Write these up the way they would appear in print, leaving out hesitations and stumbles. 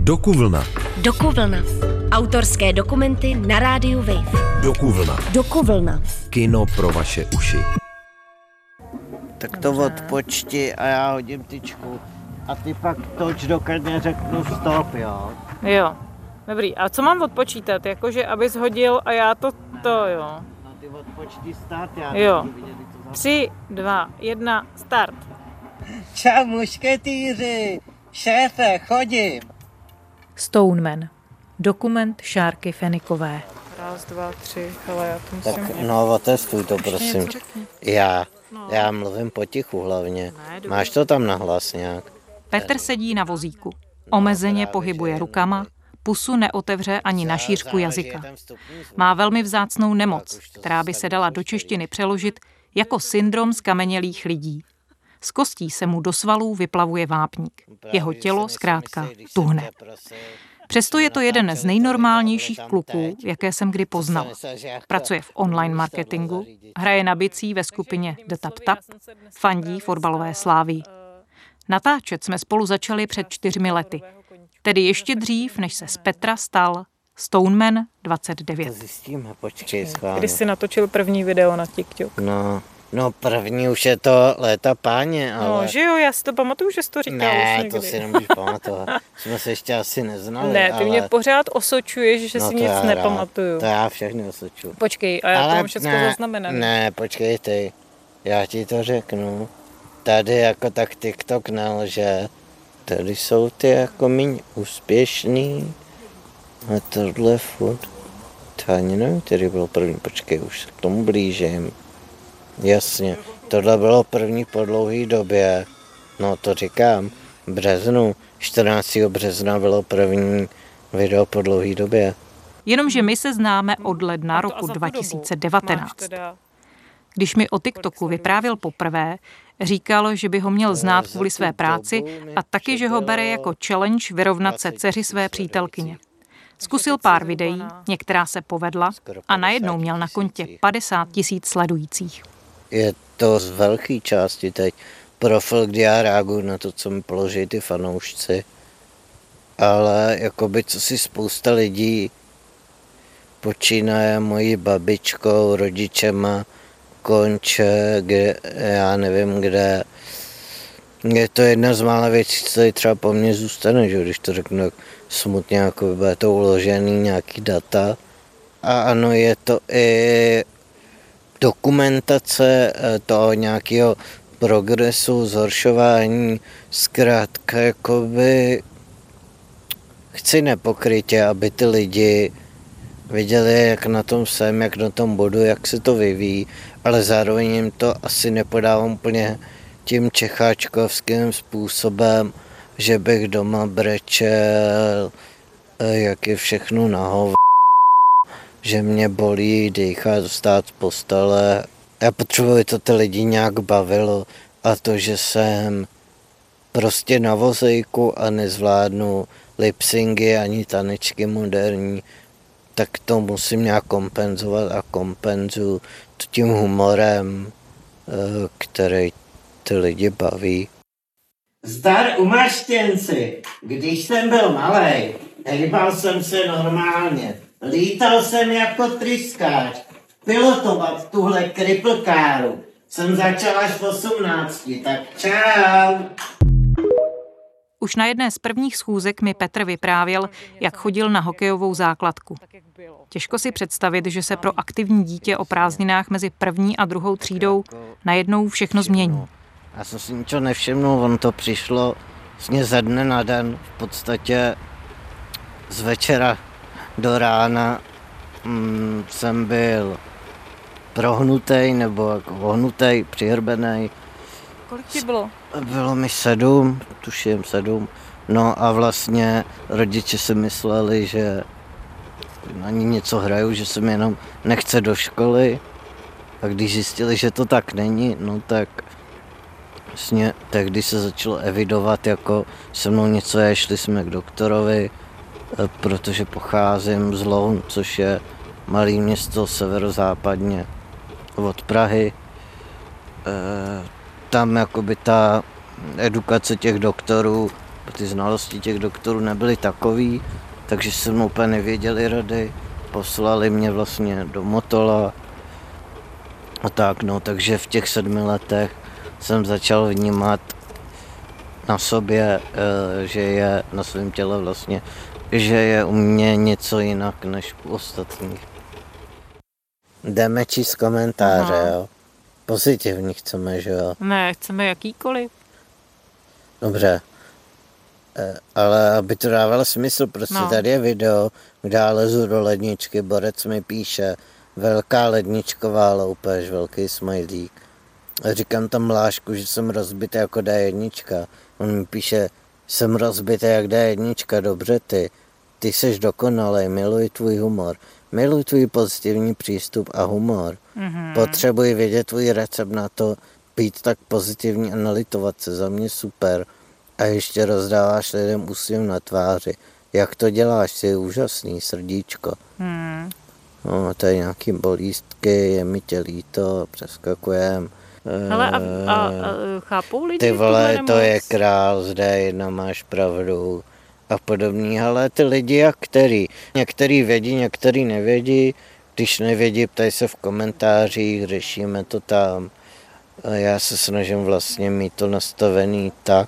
Dokuvlna. Dokuvlna. Autorské dokumenty na rádiu Wave. Dokuvlna. Dokuvlna. Kino pro vaše uši. Tak to odpočti a já hodím tyčku. A ty pak toč, dokud neřeknu stop, jo? Jo, dobrý. A co mám odpočítat? Jakože abys hodil a já to jo. No ty odpočti start, já Jo. nechci vidět, co za... 3, 2, 1, start. Čau mušketýři, šéfe, chodím. Stoneman. Dokument Šárky Fenikové. 1, 2, 3, hele, já to Tak musím... no, otestuj to, prosím. něco řekni. Já mluvím potichu hlavně. Ne, dobrý. Máš to tam nahlas nějak? Petr sedí na vozíku. Omezeně pohybuje rukama, pusu neotevře ani na šířku jazyka. Má velmi vzácnou nemoc, která by se dala do češtiny přeložit jako syndrom zkamenělých lidí. Z kostí se mu do svalů vyplavuje vápník. Jeho tělo zkrátka tuhne. Přesto je to jeden z nejnormálnějších kluků, jaké jsem kdy poznal. Pracuje v online marketingu, hraje na bicí ve skupině The Tap Tap, fandí fotbalové Slávii. Natáčet jsme spolu začali před 4 lety, tedy ještě dřív, než se z Petra stal Stoneman 29. To zjistíme, počkej, schválně. Kdy jsi natočil první video na TikTok? No první už je to Léta páně, ale... No, že jo, já si to pamatuju, že jsi to říkal už Ne, někdy. to si nemůžeš pamatovat. Jsme se ještě asi neznali, Ne, ty ale... mě pořád osočuješ, že No si to nic já rád. nepamatuju. To já všechny osočuju. Počkej, a já to mám všechno ne, zaznamenané. Ne, počkej ty. Já ti to řeknu. Tady jako tak TikTok nelže. Tady jsou ty jako míň úspěšný. A tohle furt. To ani nevím, který byl první. Počkej, už se k tomu blížím. Jasně. Tohle bylo první po dlouhé době. No to říkám. V březnu. 14. března bylo první video po dlouhé době. Jenomže my se známe od ledna roku 2019. Když mi o TikToku vyprávěl poprvé, říkal, že by ho měl znát kvůli své práci a taky, že ho bere jako challenge vyrovnat se dceři své přítelkyně. Zkusil pár videí, některá se povedla a najednou měl na kontě 50 000 sledujících. Je to z velké části teď profil, kdy já reaguju na to, co mi položí ty fanoušci. Ale jakoby co si spousta lidí počínaje mojí babičkou, rodičema, konče, kde, já nevím kde. Je to jedna z mála věcí, co tady třeba po mně zůstane, že když to řeknu tak smutně, jako bude to uložený nějaký data. A ano, je to i dokumentace toho nějakého progresu, zhoršování, zkrátka jakoby chci nepokrytě, aby ty lidi viděli, jak na tom jsem, jak na tom budu, jak se to vyvíjí, ale zároveň jim to asi nepodávám úplně tím čecháčkovským způsobem, že bych doma brečel, jak je všechno na hovno, že mě bolí dýchat, vstát z postele. Já potřebuji, aby to ty lidi nějak bavilo a to, že jsem prostě na vozejku a nezvládnu lipsingy ani tanečky moderní, tak to musím nějak kompenzovat a kompenzuju to tím humorem, který ty lidi baví. Zdar umaštěnci, když jsem byl malej, hejbal jsem se normálně. Lítal jsem jako tryskáč. Pilotovat tuhle kriplkáru jsem začal až v 18, tak čau. Už na jedné z prvních schůzek mi Petr vyprávěl, jak chodil na hokejovou základku. Těžko si představit, že se pro aktivní dítě o prázdninách mezi 1. a 2. třídou najednou všechno změní. Já jsem si ničeho nevšimnul, on to přišlo vlastně ze dne na den, v podstatě z večera do rána jsem byl prohnutej nebo jako ohnutej, přihrbenej. Kolik ti bylo? Bylo mi 7, tuším 7. No a vlastně rodiče si mysleli, že na ní něco hraju, že se mi jenom nechce do školy. A když zjistili, že to tak není, no tak vlastně tehdy se začalo evidovat, jako se mnou něco je, šli jsme k doktorovi, protože pocházím z Loun, což je malé město severozápadně od Prahy. Tam jakoby ta edukace těch doktorů Ty znalosti těch doktorů nebyly takový, takže se mnou úplně nevěděli rady. Poslali mě vlastně do Motola a tak, no, takže v těch 7 letech jsem začal vnímat na sobě, že je na svém těle vlastně, že je u mě něco jinak než u ostatních. Jdeme číst komentáře, jo. Pozitivní chceme, že jo. Ne, chceme jakýkoliv. Dobře. Ale aby to dávalo smysl, prostě tady je video, kde já lezu do ledničky, Borec mi píše, velká ledničková loupež, velký smajlík. A říkám tam Lášku, že jsem rozbitý jako D1. On mi píše, jsem rozbitý jak D1, dobře ty seš dokonalej, miluji tvůj humor, miluji tvůj pozitivní přístup a humor. Potřebuji vědět tvůj recept na to, být tak pozitivní a nalitovat se, za mě super. A ještě rozdáváš lidem úsměv na tváři. Jak to děláš, jsi úžasný, srdíčko. No, tady nějaký bolístky, je mi tě líto, přeskakujem. Hele, a chápou lidi? Ty vole, to je král, zde jedna máš pravdu a podobný. Ale ty lidi jak který? Některý vědí, některý nevědí. Když nevědí, ptají se v komentářích, řešíme to tam. A já se snažím vlastně mít to nastavený tak,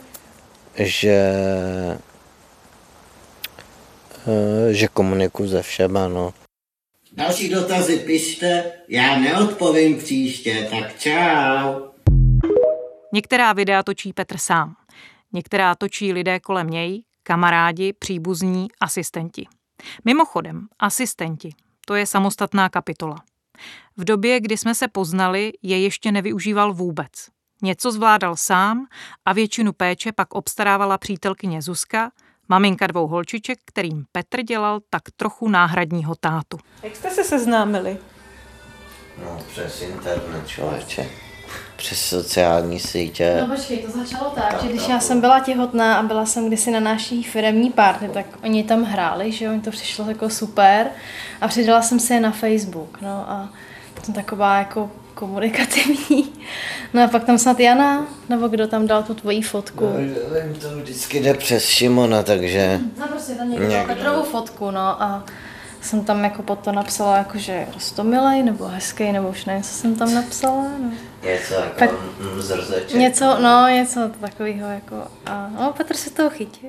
že komunikuju se všema, no. Další dotazy pište, já neodpovím příště, tak čau. Některá videa točí Petr sám. Některá točí lidé kolem něj, kamarádi, příbuzní, asistenti. Mimochodem, asistenti, to je samostatná kapitola. V době, kdy jsme se poznali, je ještě nevyužíval vůbec. Něco zvládal sám a většinu péče pak obstarávala přítelkyně Zuzka, maminka 2 holčiček, kterým Petr dělal tak trochu náhradního tátu. Jak jste se seznámili? No, přes internet, člověče. Přes sociální sítě. No počkej, to začalo tak, že když já jsem byla těhotná a byla jsem kdysi na naší firemní party, tak oni tam hráli, že jo, mi to přišlo jako super a přidala jsem se je na Facebook, no a jsem taková jako komunikativní. No a pak tam snad Jana, nebo kdo tam dal tu tvoji fotku. No, to vždycky jde přes Šimona, takže... No prostě tam někdo dal Petrovou fotku, no a jsem tam jako pod to napsala, jako, že roztomilej, nebo hezký, nebo už nevím, co jsem tam napsala. No. Něco jako zrzeček. Něco takového jako. A no, Petr se toho chytil.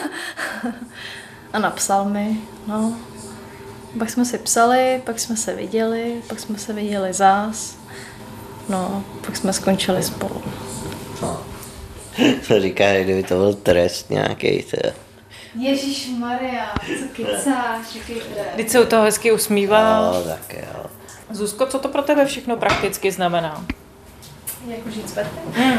A napsal mi, no. Pak jsme si psali, pak jsme se viděli zás. No, pak jsme skončili spolu. No. To říká, kdyby to byl trest nějaký. Ježišmarja, co kecáš, jaký trest. Vždyť se u toho hezky usmívá. No, tak jo. Zuzko, co to pro tebe všechno prakticky znamená? Jako žít s Petrem?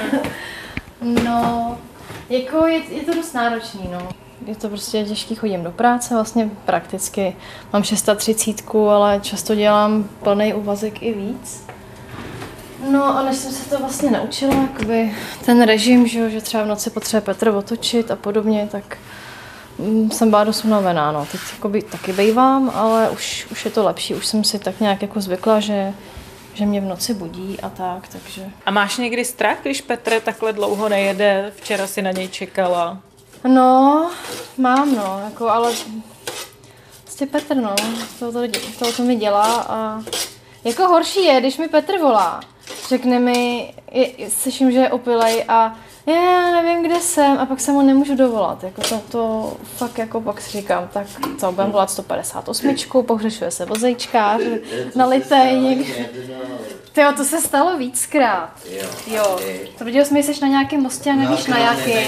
No, jako je to dost náročný, no. Je to prostě těžký, chodím do práce, vlastně prakticky mám 630, ale často dělám plný úvazek i víc. No a než jsem se to vlastně naučila, jakoby ten režim, že třeba v noci potřebuje Petr otočit a podobně, tak jsem byla dost unavená, no. Teď jakoby taky bejvám, ale už je to lepší, už jsem si tak nějak jako zvykla, že mě v noci budí a tak, takže... A máš někdy strach, když Petr takhle dlouho nejede? Včera si na něj čekala. No, mám, no, jako, ale prostě Petr, no, to mi dělá a jako horší je, když mi Petr volá, řekne mi, slyším, že je opilej a já nevím, kde jsem a pak se mu nemůžu dovolat, jako to fakt jako pak si říkám, tak co, budem volat 158, pohřešuje se vozejčkář, nalitej někde. Tyjo, to se stalo víckrát. Jo. To viděl jsi, jsi na nějakém mostě a nevíš na jakém.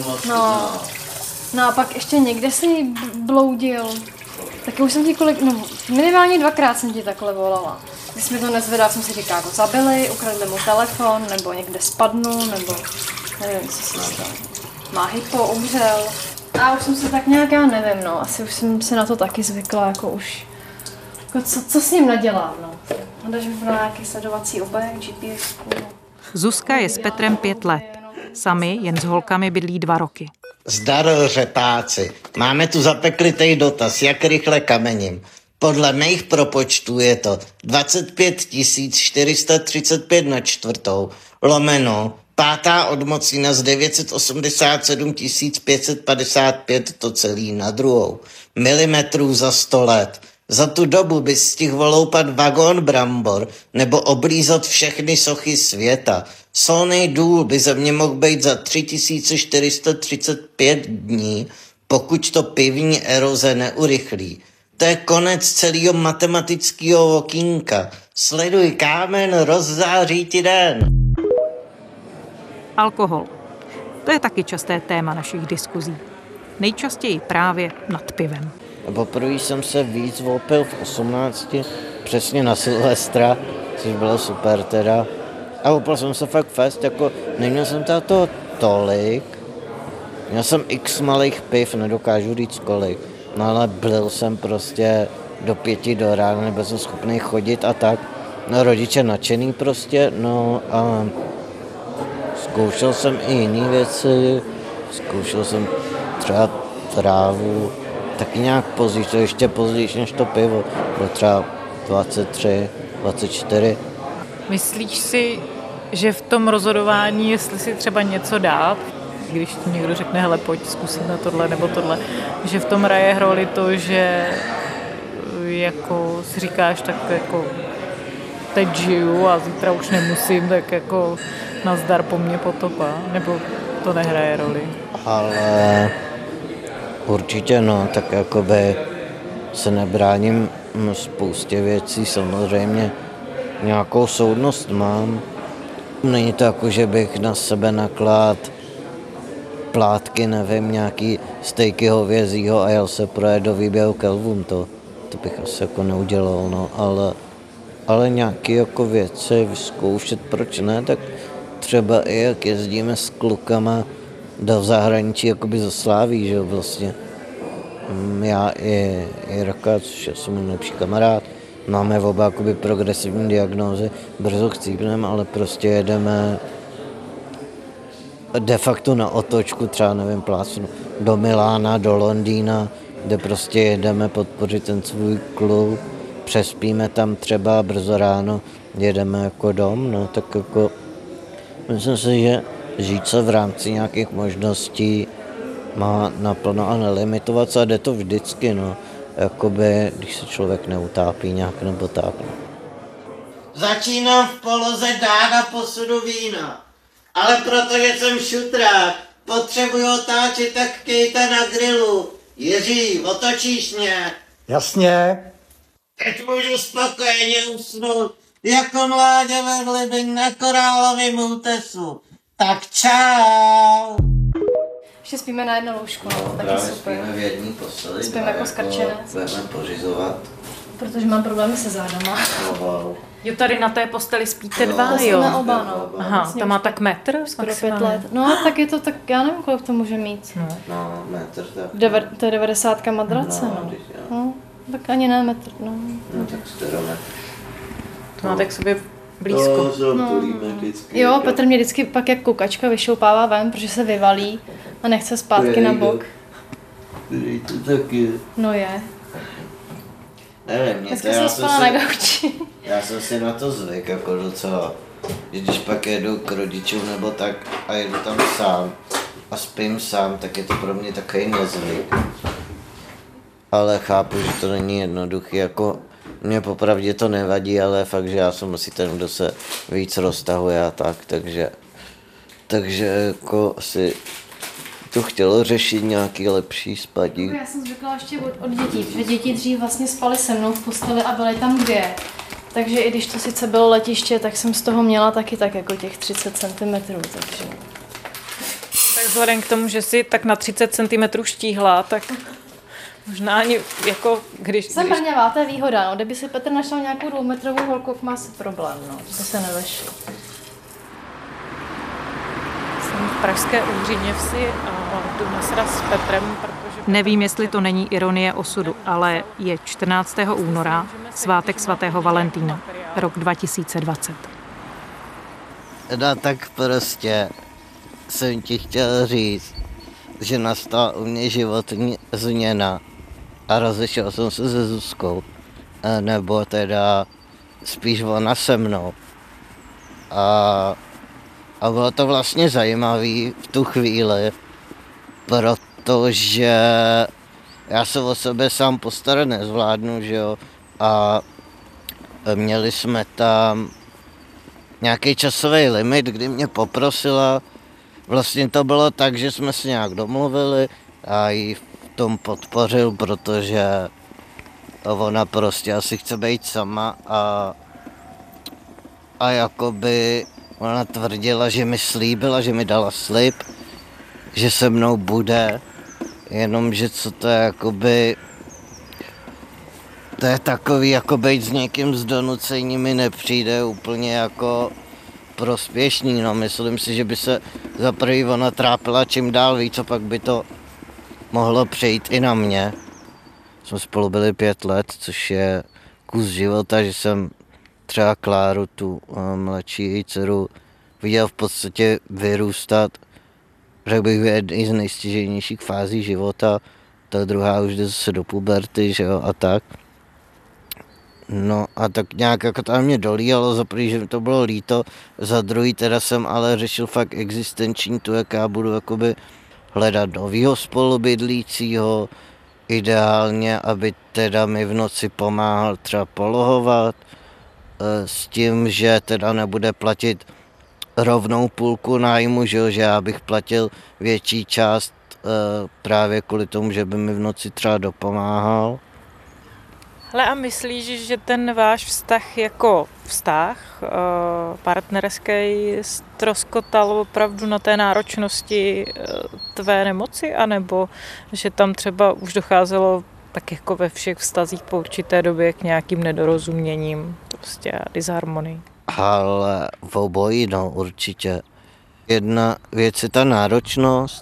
No a pak ještě někde si bloudil. Taky už jsem ti minimálně 2krát jsem ti takhle volala. Když mi to nezvedal, jsem si říkala, jako zabili, ukradli mu telefon, nebo někde spadnu, nebo nevím, co se stalo. Má hypo, umřel. A už jsem se tak nějak, já nevím, no, asi už jsem se na to taky zvykla, jako už, jako co s ním nadělám, no. Dáš mi pro nějaký sledovací obek, GPS. Zuzka je s Petrem 5 let. Sami jen s holkami bydlí 2 roky. Zdar, řepáci. Máme tu zapeklitej dotaz, jak rychle kamením. Podle mých propočtů je to 25 435 na čtvrtou, lomeno Pátá odmocnina z 987 555 to celý na druhou. Milimetrů za 100 let. Za tu dobu by stihl voloupat vagón brambor nebo oblízat všechny sochy světa. Solný důl by ze mě mohl být za 3435 dní, pokud to pivní eroze neurychlí. To je konec celého matematického okýnka. Sleduj, kámen, rozzáří ti den. Alkohol. To je taky časté téma našich diskuzí. Nejčastěji právě nad pivem. Poprvé jsem se víc opil v 18, přesně na Silvestra, což bylo super teda. A opil jsem se fakt fest, jako neměl jsem toho tolik. Měl jsem x malých piv, nedokážu říct kolik. No ale byl jsem prostě do 5 do rána, nebyl jsem schopný chodit a tak. No rodiče nadšený prostě, no a zkoušel jsem i jiné věci. Zkoušel jsem třeba trávu, taky nějak později, to ještě později než to pivo. Bylo třeba 23, 24. Myslíš si, že v tom rozhodování, jestli si třeba něco dát, když ti někdo řekne, hele, pojď, zkusíme tohle nebo tohle, že v tom hraje roli to, že jako si říkáš, tak jako teď žiju a zítra už nemusím, tak jako nazdar po mně potopa, nebo to nehraje roli? Ale určitě no, tak jakoby se nebráním spoustě věcí, samozřejmě nějakou soudnost mám. Není to jako, že bych na sebe nakládl plátky, nevím, nějaký stejky hovězího a jel se projet do výběhu ke lvům, to bych asi jako neudělal, no, ale nějaké jako věci vyzkoušet, proč ne, tak třeba i jak jezdíme s klukama do zahraničí, jakoby ze Sláví, že jo, vlastně. Já i Jirka, což je můj nejlepší kamarád, máme oba jakoby progresivní diagnózy, brzo chcípneme, ale prostě jedeme de facto na otočku, třeba nevím, plácnu do Milána, do Londýna, kde prostě jedeme podpořit ten svůj klub, přespíme tam třeba brzo ráno, jedeme jako dom, no tak jako myslím si, že žít se v rámci nějakých možností má naplno a nelimitovat se a jde to vždycky, no, jakoby, když se člověk neutápí nějak nebo tak. No. Začínám v poloze dát a posudu vína, ale protože jsem šutrák, potřebuji otáčet, tak kejte na grilu. Jiří, otočíš mě? Jasně. Teď můžu spokojeně usnout, jako mládě vedli by na korálovém útesu. Tak čau. Ještě spíme na jedno lůžko, no, taky super. Spíme v jedné posteli. Spíme jako skrčenec. Budeme pořizovat. Protože mám problémy se zádama. Jo, tady na té posteli spíte dva, To jo? jsme oba, no. Aha, Vlastně to má už tak metr? skoro 5 let. No a tak je to tak, já nevím, kolik to může mít. No, metr tak. To je 90 madrace, no. No, tak ani ne metr, no. No tak 4 metr. To máte k sobě blízko. Jo, Petr mě vždycky pak jak kukačka vyšoupává ven, protože se vyvalí a nechce zpátky na bok. To taky. No je. Nevím, Dneska jsem spala na gauči. Já jsem si na to zvyk, jako docela. Když pak jedu k rodičům nebo tak a jedu tam sám a spím sám, tak je to pro mě takový nezvyk. Ale chápu, že to není jednoduchý, jako mě popravdě to nevadí, ale fakt, že já jsem asi ten, kdo se víc roztahuje a tak, takže jako asi to chtělo řešit nějaký lepší spadí. Já jsem zvykla ještě od dětí, protože děti dřív vlastně spaly se mnou v posteli a byly tam 2. Takže i když to sice bylo letiště, tak jsem z toho měla taky tak jako těch 30 cm, takže... Tak vzhledem k tomu, že jsi tak na 30 cm štíhla, tak možná ani jako když... Jsem brňavá, to je výhoda, no. Kdyby si Petr našel nějakou 2metrovou holku, má asi problém, no. To se nevešlo. Jsem v pražské Úhříně vsi a jdu na sraz s Petrem, protože... Nevím, jestli to není ironie osudu, ale je 14. února, svátek svatého Valentína, rok 2020. No tak prostě jsem ti chtěl říct, že nastala u mě životní změna a rozešel jsem se se Zuzkou, nebo teda spíš ona se mnou. A A bylo to vlastně zajímavé v tu chvíli, protože já se o sebe sám postarat nezvládnu, že jo, a měli jsme tam nějaký časový limit, kdy mě poprosila. Vlastně to bylo tak, že jsme se nějak domluvili a ji v tom podpořil, protože ona prostě asi chce být sama a jakoby ona tvrdila, že mi slíbila, že mi dala slib, že se mnou bude, jenomže co to je jakoby, to je takový, jako být s někým z donucení mi nepřijde úplně jako prospěšný, no myslím si, že by se za prvý ona trápila čím dál víc a pak by to mohlo přejít i na mě. Jsme spolu byli 5 let, což je kus života, že jsem třeba Kláru, tu mladší její dceru, viděl v podstatě vyrůstat, řekl bych, jedný z nejstěžejnějších fází života, ta druhá už jde zase do puberty, že jo, a tak. No a tak nějak jako to mě dolíjalo, za prvý, že mi to bylo líto, za druhý teda jsem ale řešil fakt existenční tu, jak já budu jakoby hledat novýho spolubydlícího, ideálně, aby teda mi v noci pomáhal třeba polohovat, s tím, že teda nebude platit rovnou půlku nájmu, že já bych platil větší část právě kvůli tomu, že by mi v noci třeba dopomáhal. Hele, a myslíš, že ten váš vztah jako vztah partnerský ztroskotal opravdu na té náročnosti tvé nemoci, anebo že tam třeba už docházelo tak jako ve všech vztazích po určité době k nějakým nedorozuměním, prostě disharmonii? Ale v obojí, no určitě. Jedna věc je ta náročnost,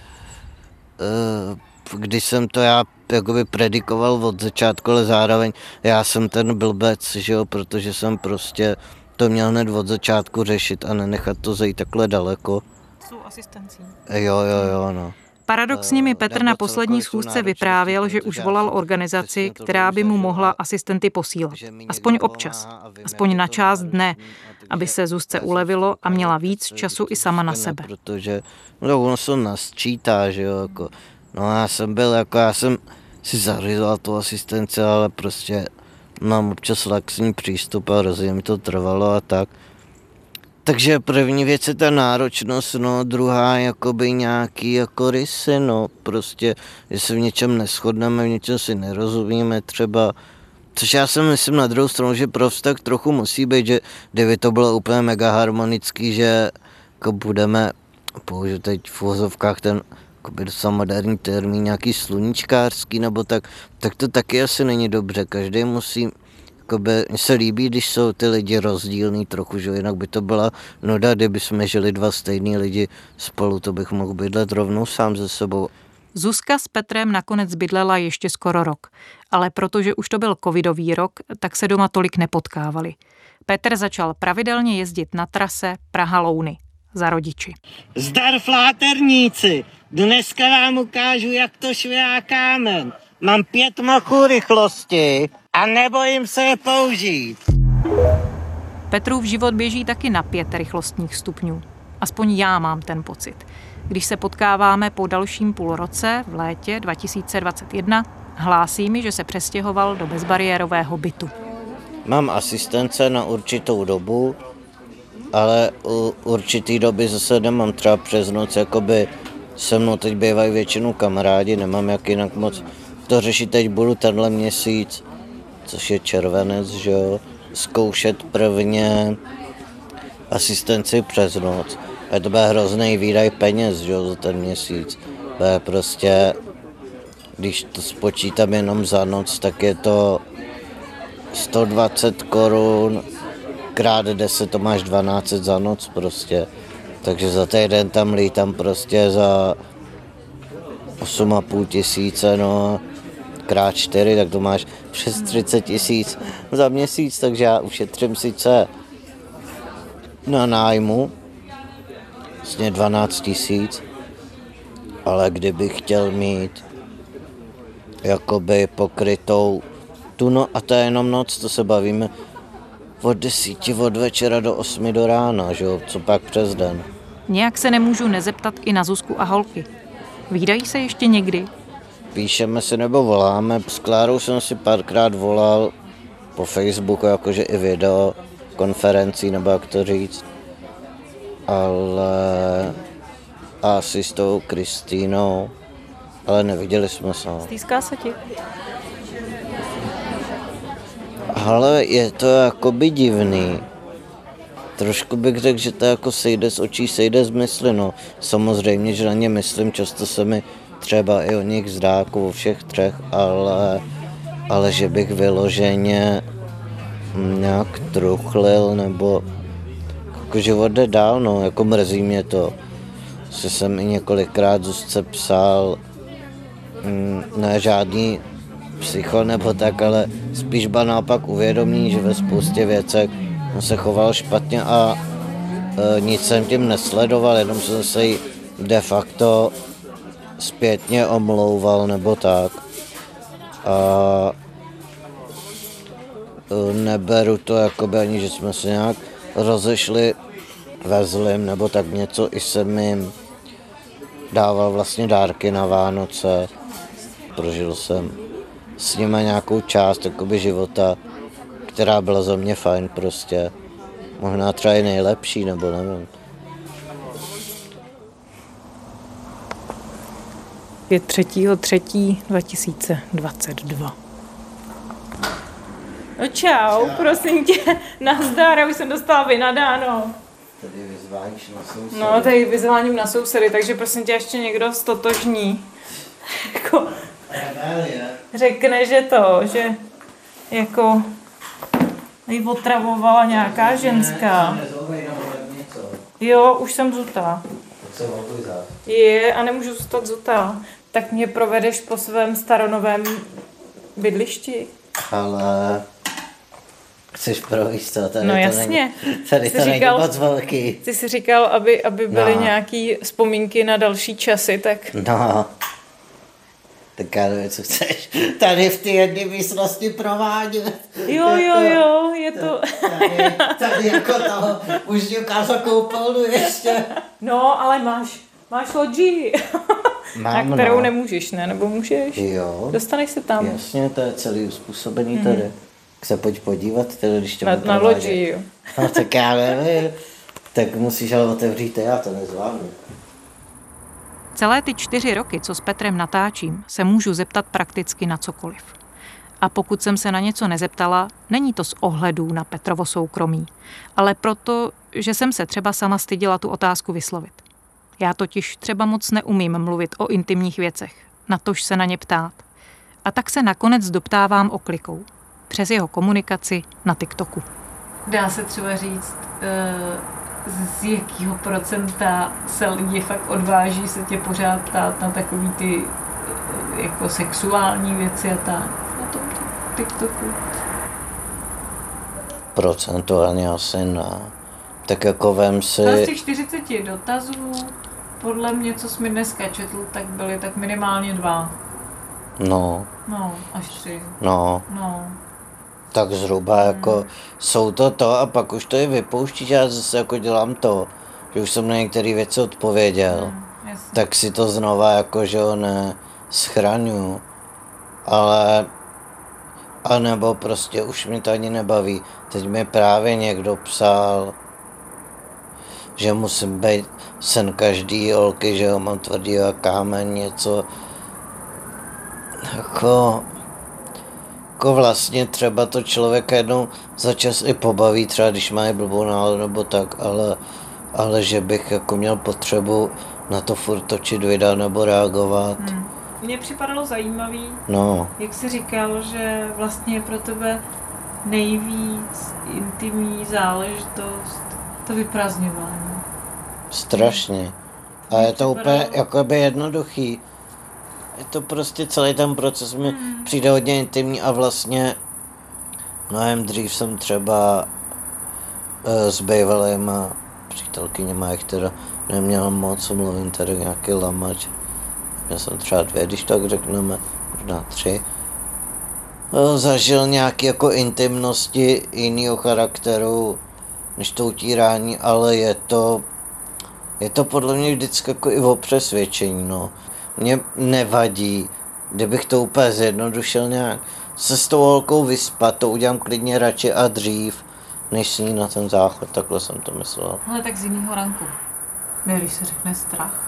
když jsem to já jakoby predikoval od začátku, ale zároveň já jsem ten blbec, že jo, protože jsem prostě to měl hned od začátku řešit a nenechat to zajít takhle daleko. Jsou asistencí. Jo, no. Paradoxně mi Petr na poslední schůzce vyprávěl, že už volal organizaci, která by mu mohla asistenty posílat. Aspoň občas, aspoň na část dne, aby se Zuzce ulevilo a měla víc času i sama na sebe. Protože no, ono se nasčítá, že jo, jako, no já jsem si zařizoval tu asistenci, ale prostě mám občas laxní přístup a hrozně mi to trvalo a tak. Takže první věc je ta náročnost, no, druhá jakoby nějaký jako rysy, no, prostě, že se v něčem neshodneme, v něčem si nerozumíme třeba, což já si myslím na druhou stranu, že pro vztah trochu musí být, že kdyby to bylo úplně mega harmonický, že jako budeme, použiju teď v uvozovkách ten jakoby docela moderní termín, nějaký sluníčkářský nebo tak to taky asi není dobře, každý musí. Mně se líbí, když jsou ty lidi rozdílný trochu, že jinak by to byla nuda, kdyby jsme žili dva stejný lidi spolu, to bych mohl bydlet rovnou sám ze sebou. Zuzka s Petrem nakonec bydlela ještě skoro rok, ale protože už to byl covidový rok, tak se doma tolik nepotkávali. Petr začal pravidelně jezdit na trase Praha-Louny za rodiči. Zdar fláterníci, dneska vám ukážu, jak to švihá kámen. Mám 5 machů rychlosti a nebojím se je použít. Petrův život běží taky na 5 rychlostních stupňů. Aspoň já mám ten pocit. Když se potkáváme po dalším půlroce v létě 2021, hlásí mi, že se přestěhoval do bezbariérového bytu. Mám asistence na určitou dobu, ale u určitý doby zase nemám, třeba přes noc, jakoby se mnou teď bývají většinou kamarádi, nemám jak jinak moc to řešit. Teď budu tenhle měsíc, což je červenec, že jo, zkoušet prvně asistenci přes noc. A to bude hrozný výdaj peněz, že jo, za ten měsíc. Bude prostě, když to spočítám jenom za noc, tak je to 120 korun krát 10, to máš 12 za noc prostě. Takže za týden tam lítám prostě za 8,5 tisíce, no, krát 4, tak to máš přes 30 tisíc za měsíc, takže já ušetřím sice na nájmu vlastně 12 tisíc, ale kdybych chtěl mít jakoby pokrytou tu, no a to je jenom noc, to se bavíme od 10 od večera do 8 do rána, že jo, co pak přes den. Nějak se nemůžu nezeptat i na Zuzku a holky. Vídají se ještě někdy? Píšeme si nebo voláme, s Klárou jsem si párkrát volal po Facebooku, jakože i video konferencí, nebo jak to říct. Ale asi s tou Kristýnou, ale neviděli jsme se. Stýská se ti? Ale je to jakoby divný. Trošku bych řekl, že to jako sejde z očí, sejde z mysli, no. Samozřejmě, že na ně myslím, často se mi třeba i o nich zdá, jako o všech třech, ale že bych vyloženě nějak truchlil, nebo jako život jde dál, no, jako mrzí mě to. Že jsem i několikrát Zuzce psal, ne žádný psycho nebo tak, ale spíš byl naopak uvědomí, že ve spoustě věcech on se choval špatně a nic jsem tím nesledoval, jenom jsem se jí de facto zpětně omlouval nebo tak. A neberu to jakoby ani, že jsme se nějak rozešli ve zlým nebo tak něco, i jsem jim dával vlastně dárky na Vánoce. Prožil jsem s nimi nějakou část jakoby života, která byla za mě fajn prostě. Možná třeba i nejlepší, nebo nevím. Je 3.3.2022. No čau, prosím tě, nazdar, já už jsem dostala vynadáno. Tady vyzváníš na sousedy. No, tady vyzváním na sousedy, takže prosím tě, ještě někdo stotožní. Jako, řekne, že jako jí otravovala nějaká ženská. Jo, už jsem zutá. Je, a nemůžu zůstat zutá. Tak mě provedeš po svém staronovém bydlišti? Ale chceš províst to? Tady no to jasně. Tady to není moc velký. Ty jsi říkal, aby byly nějaký vzpomínky na další časy, tak... No. Tak já nevím, co chceš. Tady v té jedné místnosti provádět. Jo, je to... Tady jako toho už ti ukázal koupelnu ještě. No, ale máš loďii. Mám, na kterou no. nemůžeš, ne? Nebo můžeš? Jo. Dostaneš se tam. Jasně, to je celý uspůsobený tady. Tak se pojď podívat, tedy, když tě Na loďii, jo. No, tak já nevím. Tak musíš ale otevřít, já to nezvládnu. Celé ty 4 roky, co s Petrem natáčím, se můžu zeptat prakticky na cokoliv. A pokud jsem se na něco nezeptala, není to z ohledů na Petrovo soukromí, ale proto, že jsem se třeba sama styděla tu otázku vyslovit. Já totiž třeba moc neumím mluvit o intimních věcech, natož se na ně ptát. A tak se nakonec doptávám oklikou. Přes jeho komunikaci na TikToku. Dá se třeba říct, z jakého procenta se lidi fakt odváží se tě pořád ptát na takový ty jako sexuální věci a tak na tom TikToku? Procentuálně asi ne. Tak jako vem si... Z těch 40 dotazů, podle mě, co jsi mi dneska četl, tak byly tak minimálně 2. No. No, až 3. No. Tak zhruba jako jsou to a pak už to i vypouští, že já zase jako dělám to, že už jsem na některé věci odpověděl, tak si to znova jako, že ho neschraňuju, ale a nebo prostě už mi to ani nebaví. Teď mi právě někdo psal, že musím být sen každý holky, že ho mám tvrdý a kámen, něco jako vlastně třeba to člověka jednou za čas i pobaví, třeba když má i blbou náladu nebo tak, ale že bych jako měl potřebu na to furt točit videa nebo reagovat. Mně připadalo zajímavý, jak jsi říkal, že vlastně je pro tebe nejvíc intimní záležitost to vyprázdňování. Strašně. A je to úplně jakoby jednoduchý. Je to prostě celý ten proces mi přijde hodně intimní a vlastně mnohem dřív jsem třeba s bývalýma přítelkyněma, jak teda neměl moc, mluvím tady nějaký lamač. Měl jsem třeba 2, když tak řekneme, možná 3. zažil nějaké jako intimnosti jiného charakteru než to utírání, ale je to podle mě vždycky jako i o přesvědčení, no. Mně nevadí, kdybych to úplně zjednodušil nějak, se s tou holkou vyspat, to udělám klidně radši a dřív, než s ní na ten záchod, takhle jsem to myslel. Ale tak z jiného ranku. Když se řekne strach.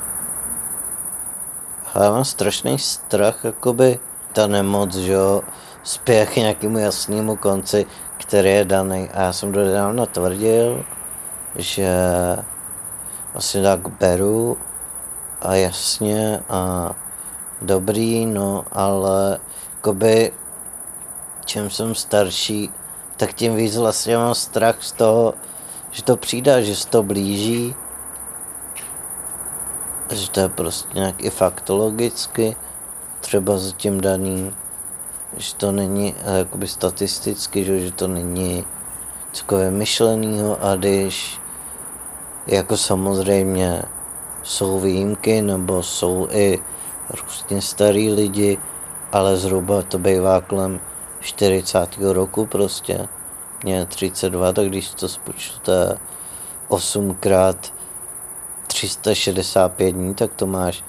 Já mám strašný strach, jakoby ta nemoc, že jo, spěje k nějakému jasnému konci, který je daný. A já jsem dodávno tvrdil, že vlastně tak beru a jasně a dobrý, no, ale jakoby čím jsem starší, tak tím víc vlastně mám strach z toho, že to přijde, že se to blíží, že to je prostě nějak i faktologicky třeba za tím daný, že to není jakoby statisticky, že to není cokoliv vymyšlenýho a když jako samozřejmě jsou výjimky nebo jsou i různě starý lidi, ale zhruba to bývá kolem 40. roku prostě. Mě 32, tak když to spočítáte 8x 365 dní, tak to máš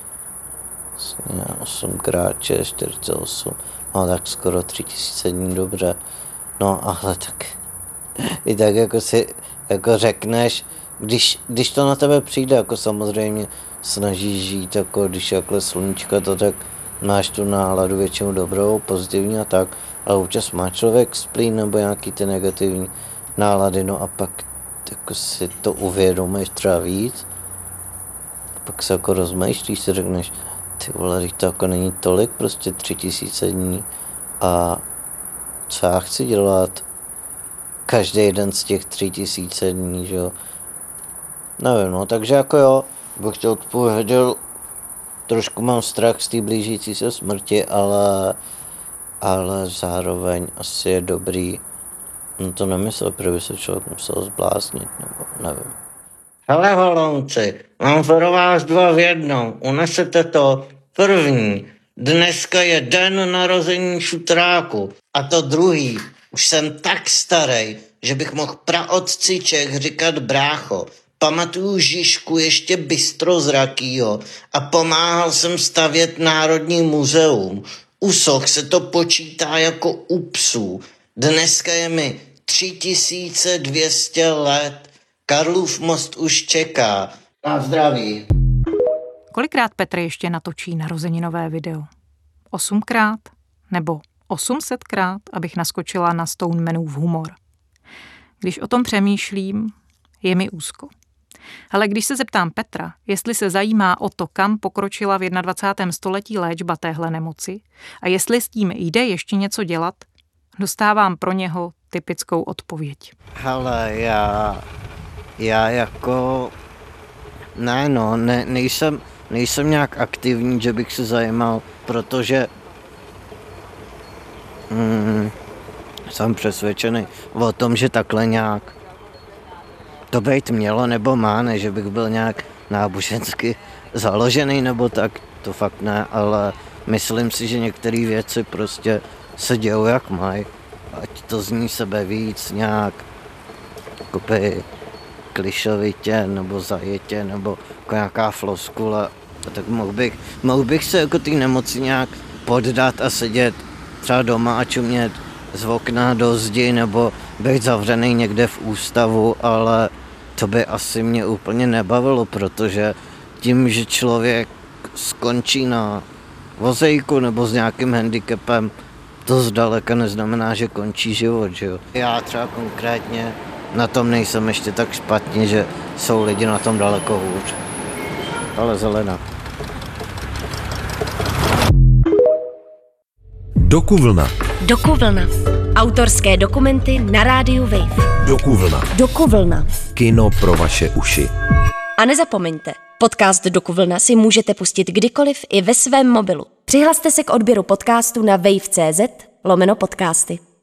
8x 48, no tak skoro 3000 dní, dobře. No ale tak i tak jako si jako řekneš, když to na tebe přijde, jako samozřejmě snažíš žít, jako když je takhle sluníčka, to tak máš tu náladu většinou dobrou, pozitivní a tak, ale občas má člověk splín nebo nějaký ty negativní nálady, no a pak jako si to uvědomíš třeba víc, pak se jako rozmýšlíš, si řekneš, ty vole, to jako není tolik, prostě 3000 dní a co já chci dělat každý jeden z těch 3000 dní, že jo. Nevím, no, takže jako jo, bych tě odpověděl, trošku mám strach z té blížící se smrti, ale zároveň asi je dobrý, no to nemyslel, protože se člověk musel zbláznit, nebo nevím. Hele holonci, mám pro vás 2 v jednom, unesete to první. Dneska je den narození šutráku a to druhý. Už jsem tak starý, že bych mohl praotci Čech říkat brácho. Pamatuju Žižku ještě bystrozrakýho a pomáhal jsem stavět Národní muzeum. U soch se to počítá jako u psů. Dneska je mi 3200 let. Karlův most už čeká. Na zdraví. Kolikrát Petr ještě natočí narozeninové video? 8krát? Nebo 800krát, abych naskočila na Stonemanův humor? Když o tom přemýšlím, je mi úzko. Ale když se zeptám Petra, jestli se zajímá o to, kam pokročila v 21. století léčba téhle nemoci a jestli s tím jde ještě něco dělat, dostávám pro něho typickou odpověď. Hele, já jako... nejsem nějak aktivní, že bych se zajímal, protože jsem přesvědčený o tom, že takhle nějak to být mělo nebo má, ne, že bych byl nějak nábožensky založený nebo tak, to fakt ne, ale myslím si, že některé věci prostě se dějou jak mají, ať to zní sebe víc nějak jakoby klišovitě nebo zajetě nebo jako nějaká floskula, tak mohl bych se jako té nemoci nějak poddat a sedět třeba doma a čumět z okna do zdi nebo být zavřený někde v ústavu, ale to by asi mě úplně nebavilo, protože tím, že člověk skončí na vozejku nebo s nějakým handicapem, to zdaleka neznamená, že končí život, že jo. Já třeba konkrétně na tom nejsem ještě tak špatně, že jsou lidi na tom daleko hůř. Ale zelená. Dokuvlna. Dokuvlna. Autorské dokumenty na rádiu Wave. Dokuvlna. Dokuvlna. Kino pro vaše uši. A nezapomeňte, podcast Dokuvlna si můžete pustit kdykoliv i ve svém mobilu. Přihlaste se k odběru podcastu na wave.cz/podcasty.